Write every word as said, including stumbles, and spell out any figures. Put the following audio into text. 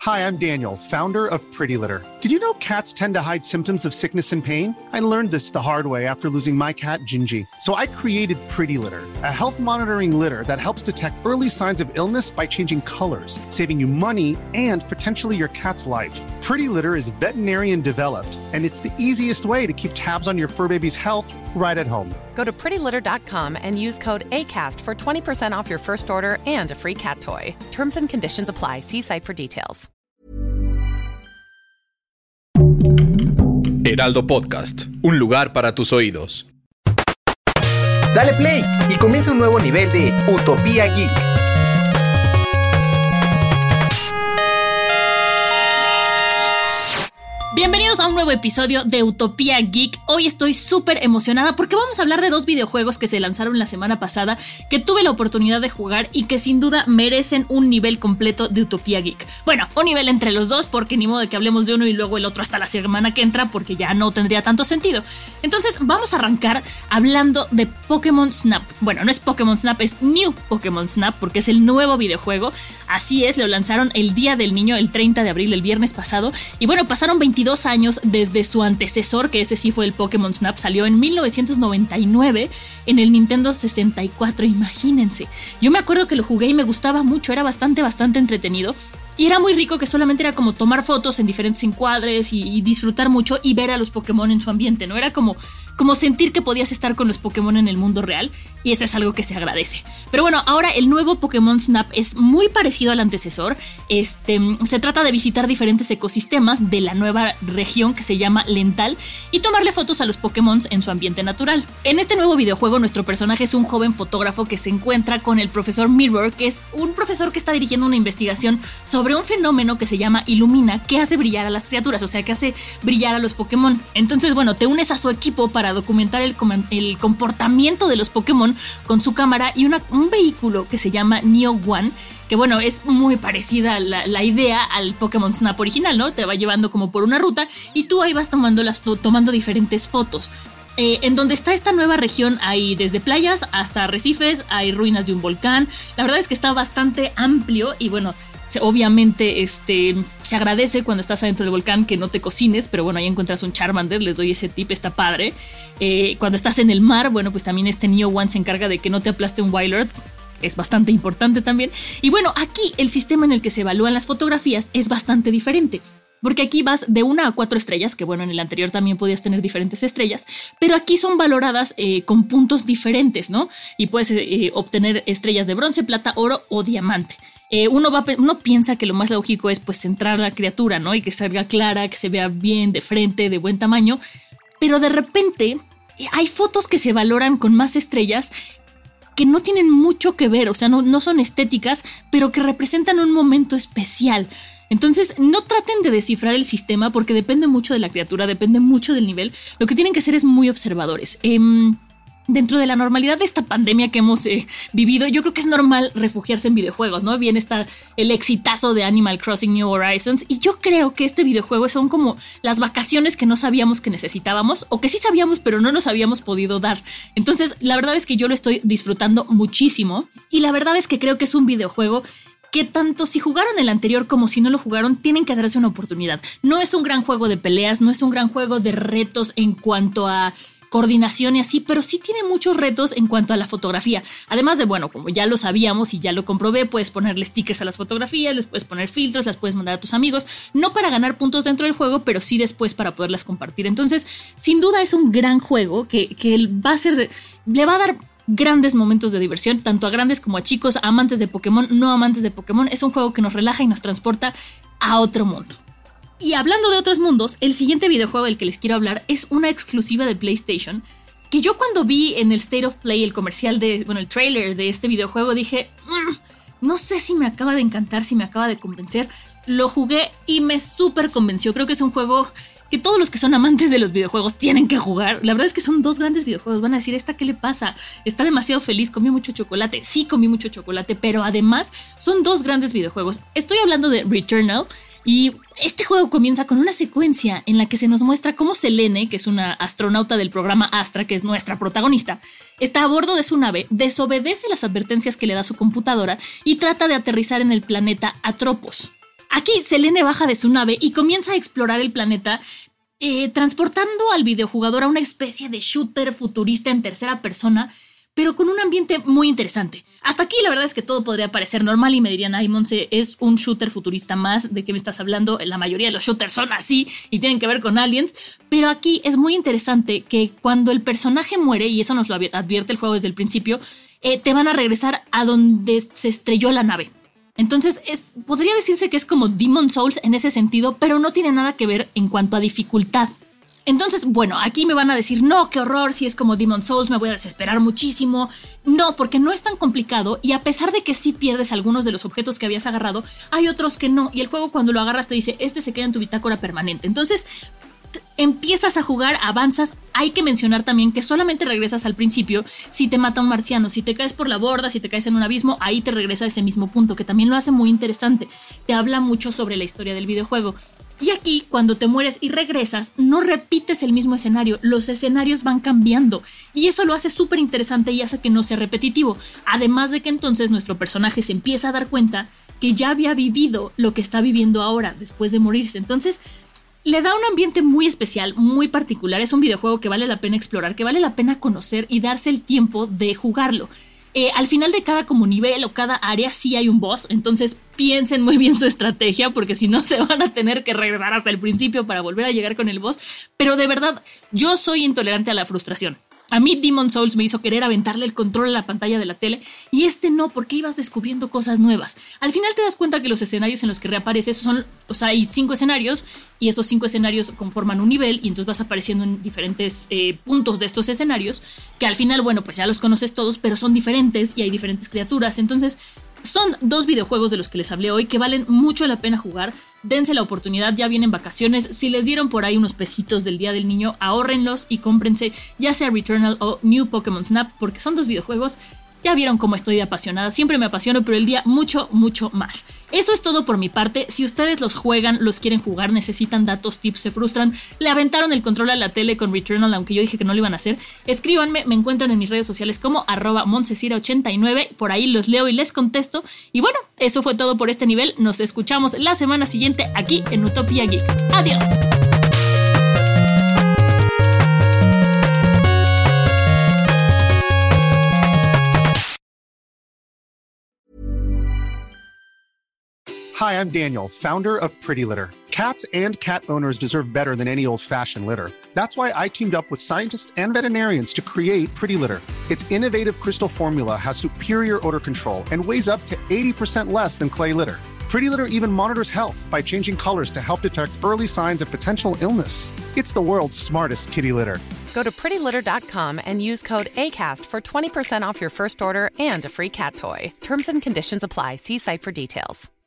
Hi, I'm Daniel, founder of Pretty Litter. Did you know cats tend to hide symptoms of sickness and pain? I learned this the hard way after losing my cat, Gingy. So I created Pretty Litter, a health monitoring litter that helps detect early signs of illness by changing colors, saving you money and potentially your cat's life. Pretty Litter is veterinarian developed, and it's the easiest way to keep tabs on your fur baby's health right at home. Go to pretty litter dot com and use code ACAST for twenty percent off your first order and a free cat toy. Terms and conditions apply. See site for details. Heraldo Podcast, un lugar para tus oídos. Dale play y comienza un nuevo nivel de Utopía Geek. Bienvenidos a un nuevo episodio de Utopía Geek. Hoy estoy súper emocionada porque vamos a hablar de dos videojuegos que se lanzaron la semana pasada, que tuve la oportunidad de jugar y que sin duda merecen un nivel completo de Utopía Geek. Bueno, un nivel entre los dos, porque ni modo de que hablemos de uno y luego el otro hasta la semana que entra, porque ya no tendría tanto sentido. Entonces vamos a arrancar hablando de Pokémon Snap. Bueno, no es Pokémon Snap, es New Pokémon Snap, porque es el nuevo videojuego. Así es, lo lanzaron el Día del Niño, el treinta de abril, el viernes pasado. Y bueno, pasaron veintidós años desde su antecesor, que ese sí fue el Pokémon Snap. Salió en mil novecientos noventa y nueve en el Nintendo sesenta y cuatro, imagínense. Yo me acuerdo que lo jugué y me gustaba mucho, era bastante, bastante entretenido. Y era muy rico, que solamente era como tomar fotos en diferentes encuadres y, y disfrutar mucho y ver a los Pokémon en su ambiente, ¿no? Era como, como sentir que podías estar con los Pokémon en el mundo real, y eso es algo que se agradece. Pero bueno, ahora el nuevo Pokémon Snap es muy parecido al antecesor. Este, se trata de visitar diferentes ecosistemas de la nueva región que se llama Lental y tomarle fotos a los Pokémon en su ambiente natural. En este nuevo videojuego, nuestro personaje es un joven fotógrafo que se encuentra con el profesor Mirror, que es un profesor que está dirigiendo una investigación sobre sobre un fenómeno que se llama Illumina, que hace brillar a las criaturas, o sea, que hace brillar a los Pokémon. Entonces, bueno, te unes a su equipo para documentar el, com- el comportamiento de los Pokémon con su cámara y una, un vehículo que se llama Neo One, que bueno, es muy parecida la, la idea al Pokémon Snap original, ¿no? Te va llevando como por una ruta y tú ahí vas tomando, las, tomando diferentes fotos. Eh, en donde está esta nueva región hay desde playas hasta arrecifes, hay ruinas de un volcán. La verdad es que está bastante amplio y bueno, se, obviamente este, se agradece cuando estás adentro del volcán que no te cocines, pero bueno, ahí encuentras un Charmander, les doy ese tip, está padre. Eh, cuando estás en el mar, bueno, pues también este Neo One se encarga de que no te aplaste un Wailord. Es bastante importante también. Y bueno, aquí el sistema en el que se evalúan las fotografías es bastante diferente. Porque aquí vas de una a cuatro estrellas, que bueno, en el anterior también podías tener diferentes estrellas, pero aquí son valoradas eh, con puntos diferentes, ¿no? Y puedes eh, obtener estrellas de bronce, plata, oro o diamante. Eh, uno, va, uno piensa que lo más lógico es pues centrar la criatura, ¿no? Y que salga clara, que se vea bien, de frente, de buen tamaño, pero de repente hay fotos que se valoran con más estrellas que no tienen mucho que ver, o sea, no, no son estéticas, pero que representan un momento especial. Entonces, no traten de descifrar el sistema porque depende mucho de la criatura, depende mucho del nivel. Lo que tienen que hacer es muy observadores. Eh, dentro de la normalidad de esta pandemia que hemos eh, vivido, yo creo que es normal refugiarse en videojuegos, ¿no? Bien está el exitazo de Animal Crossing New Horizons y yo creo que este videojuego son como las vacaciones que no sabíamos que necesitábamos o que sí sabíamos pero no nos habíamos podido dar. Entonces, la verdad es que yo lo estoy disfrutando muchísimo y la verdad es que creo que es un videojuego que tanto si jugaron el anterior como si no lo jugaron, tienen que darse una oportunidad. No es un gran juego de peleas, no es un gran juego de retos en cuanto a coordinación y así, pero sí tiene muchos retos en cuanto a la fotografía. Además de, bueno, como ya lo sabíamos y ya lo comprobé, puedes ponerle stickers a las fotografías, les puedes poner filtros, las puedes mandar a tus amigos, no para ganar puntos dentro del juego, pero sí después para poderlas compartir. Entonces, sin duda es un gran juego que, que va a ser, le va a dar grandes momentos de diversión, tanto a grandes como a chicos, a amantes de Pokémon, no amantes de Pokémon. Es un juego que nos relaja y nos transporta a otro mundo. Y hablando de otros mundos, el siguiente videojuego del que les quiero hablar es una exclusiva de PlayStation, que yo cuando vi en el State of Play el comercial de, bueno, el trailer de este videojuego, dije, mmm, no sé si me acaba de encantar, si me acaba de convencer. Lo jugué y me súper convenció. Creo que es un juego que todos los que son amantes de los videojuegos tienen que jugar. La verdad es que son dos grandes videojuegos. Van a decir, ¿esta qué le pasa? Está demasiado feliz, comió mucho chocolate. Sí, comí mucho chocolate, pero además son dos grandes videojuegos. Estoy hablando de Returnal y este juego comienza con una secuencia en la que se nos muestra cómo Selene, que es una astronauta del programa Astra, que es nuestra protagonista, está a bordo de su nave, desobedece las advertencias que le da su computadora y trata de aterrizar en el planeta Atropos. Aquí Selene baja de su nave y comienza a explorar el planeta, eh, transportando al videojugador a una especie de shooter futurista en tercera persona, pero con un ambiente muy interesante. Hasta aquí la verdad es que todo podría parecer normal y me dirían, ay, Monse, es un shooter futurista más, ¿de qué me estás hablando? La mayoría de los shooters son así y tienen que ver con aliens, pero aquí es muy interesante que cuando el personaje muere, y eso nos lo advierte el juego desde el principio, eh, te van a regresar a donde se estrelló la nave. Entonces es, podría decirse que es como Demon's Souls en ese sentido, pero no tiene nada que ver en cuanto a dificultad. Entonces, bueno, aquí me van a decir, no, qué horror, si es como Demon's Souls me voy a desesperar muchísimo. No, porque no es tan complicado y a pesar de que sí pierdes algunos de los objetos que habías agarrado, hay otros que no. Y el juego cuando lo agarras te dice, este se queda en tu bitácora permanente. Entonces, empiezas a jugar, avanzas. Hay que mencionar también que solamente regresas al principio si te mata un marciano. Si te caes por la borda, si te caes en un abismo, ahí te regresa a ese mismo punto, que también lo hace muy interesante. Te habla mucho sobre la historia del videojuego. Y aquí, cuando te mueres y regresas, no repites el mismo escenario, los escenarios van cambiando y eso lo hace súper interesante y hace que no sea repetitivo. Además de que entonces nuestro personaje se empieza a dar cuenta que ya había vivido lo que está viviendo ahora después de morirse. Entonces, le da un ambiente muy especial, muy particular. Es un videojuego que vale la pena explorar, que vale la pena conocer y darse el tiempo de jugarlo. Eh, al final de cada como nivel o cada área sí hay un boss, entonces piensen muy bien su estrategia porque si no se van a tener que regresar hasta el principio para volver a llegar con el boss. Pero de verdad, yo soy intolerante a la frustración. A mí Demon's Souls me hizo querer aventarle el control a la pantalla de la tele y este no, porque ibas descubriendo cosas nuevas. Al final te das cuenta que los escenarios en los que reapareces son, o sea, hay cinco escenarios y esos cinco escenarios conforman un nivel y entonces vas apareciendo en diferentes eh, puntos de estos escenarios que al final, bueno, pues ya los conoces todos, pero son diferentes y hay diferentes criaturas. Entonces son dos videojuegos de los que les hablé hoy que valen mucho la pena jugar. Dense la oportunidad, ya vienen vacaciones. Si les dieron por ahí unos pesitos del Día del Niño, ahórrenlos y cómprense ya sea Returnal o New Pokémon Snap, porque son dos videojuegos. Ya vieron cómo estoy de apasionada, siempre me apasiono, pero el día mucho, mucho más. Eso es todo por mi parte. Si ustedes los juegan, los quieren jugar, necesitan datos, tips, se frustran, le aventaron el control a la tele con Returnal, aunque yo dije que no lo iban a hacer, escríbanme, me encuentran en mis redes sociales como arroba monsesira ochenta y nueve, por ahí los leo y les contesto. Y bueno, eso fue todo por este nivel, nos escuchamos la semana siguiente aquí en Utopia Geek. ¡Adiós! Hi, I'm Daniel, founder of Pretty Litter. Cats and cat owners deserve better than any old-fashioned litter. That's why I teamed up with scientists and veterinarians to create Pretty Litter. Its innovative crystal formula has superior odor control and weighs up to eighty percent less than clay litter. Pretty Litter even monitors health by changing colors to help detect early signs of potential illness. It's the world's smartest kitty litter. Go to pretty litter dot com and use code ACAST for twenty percent off your first order and a free cat toy. Terms and conditions apply. See site for details.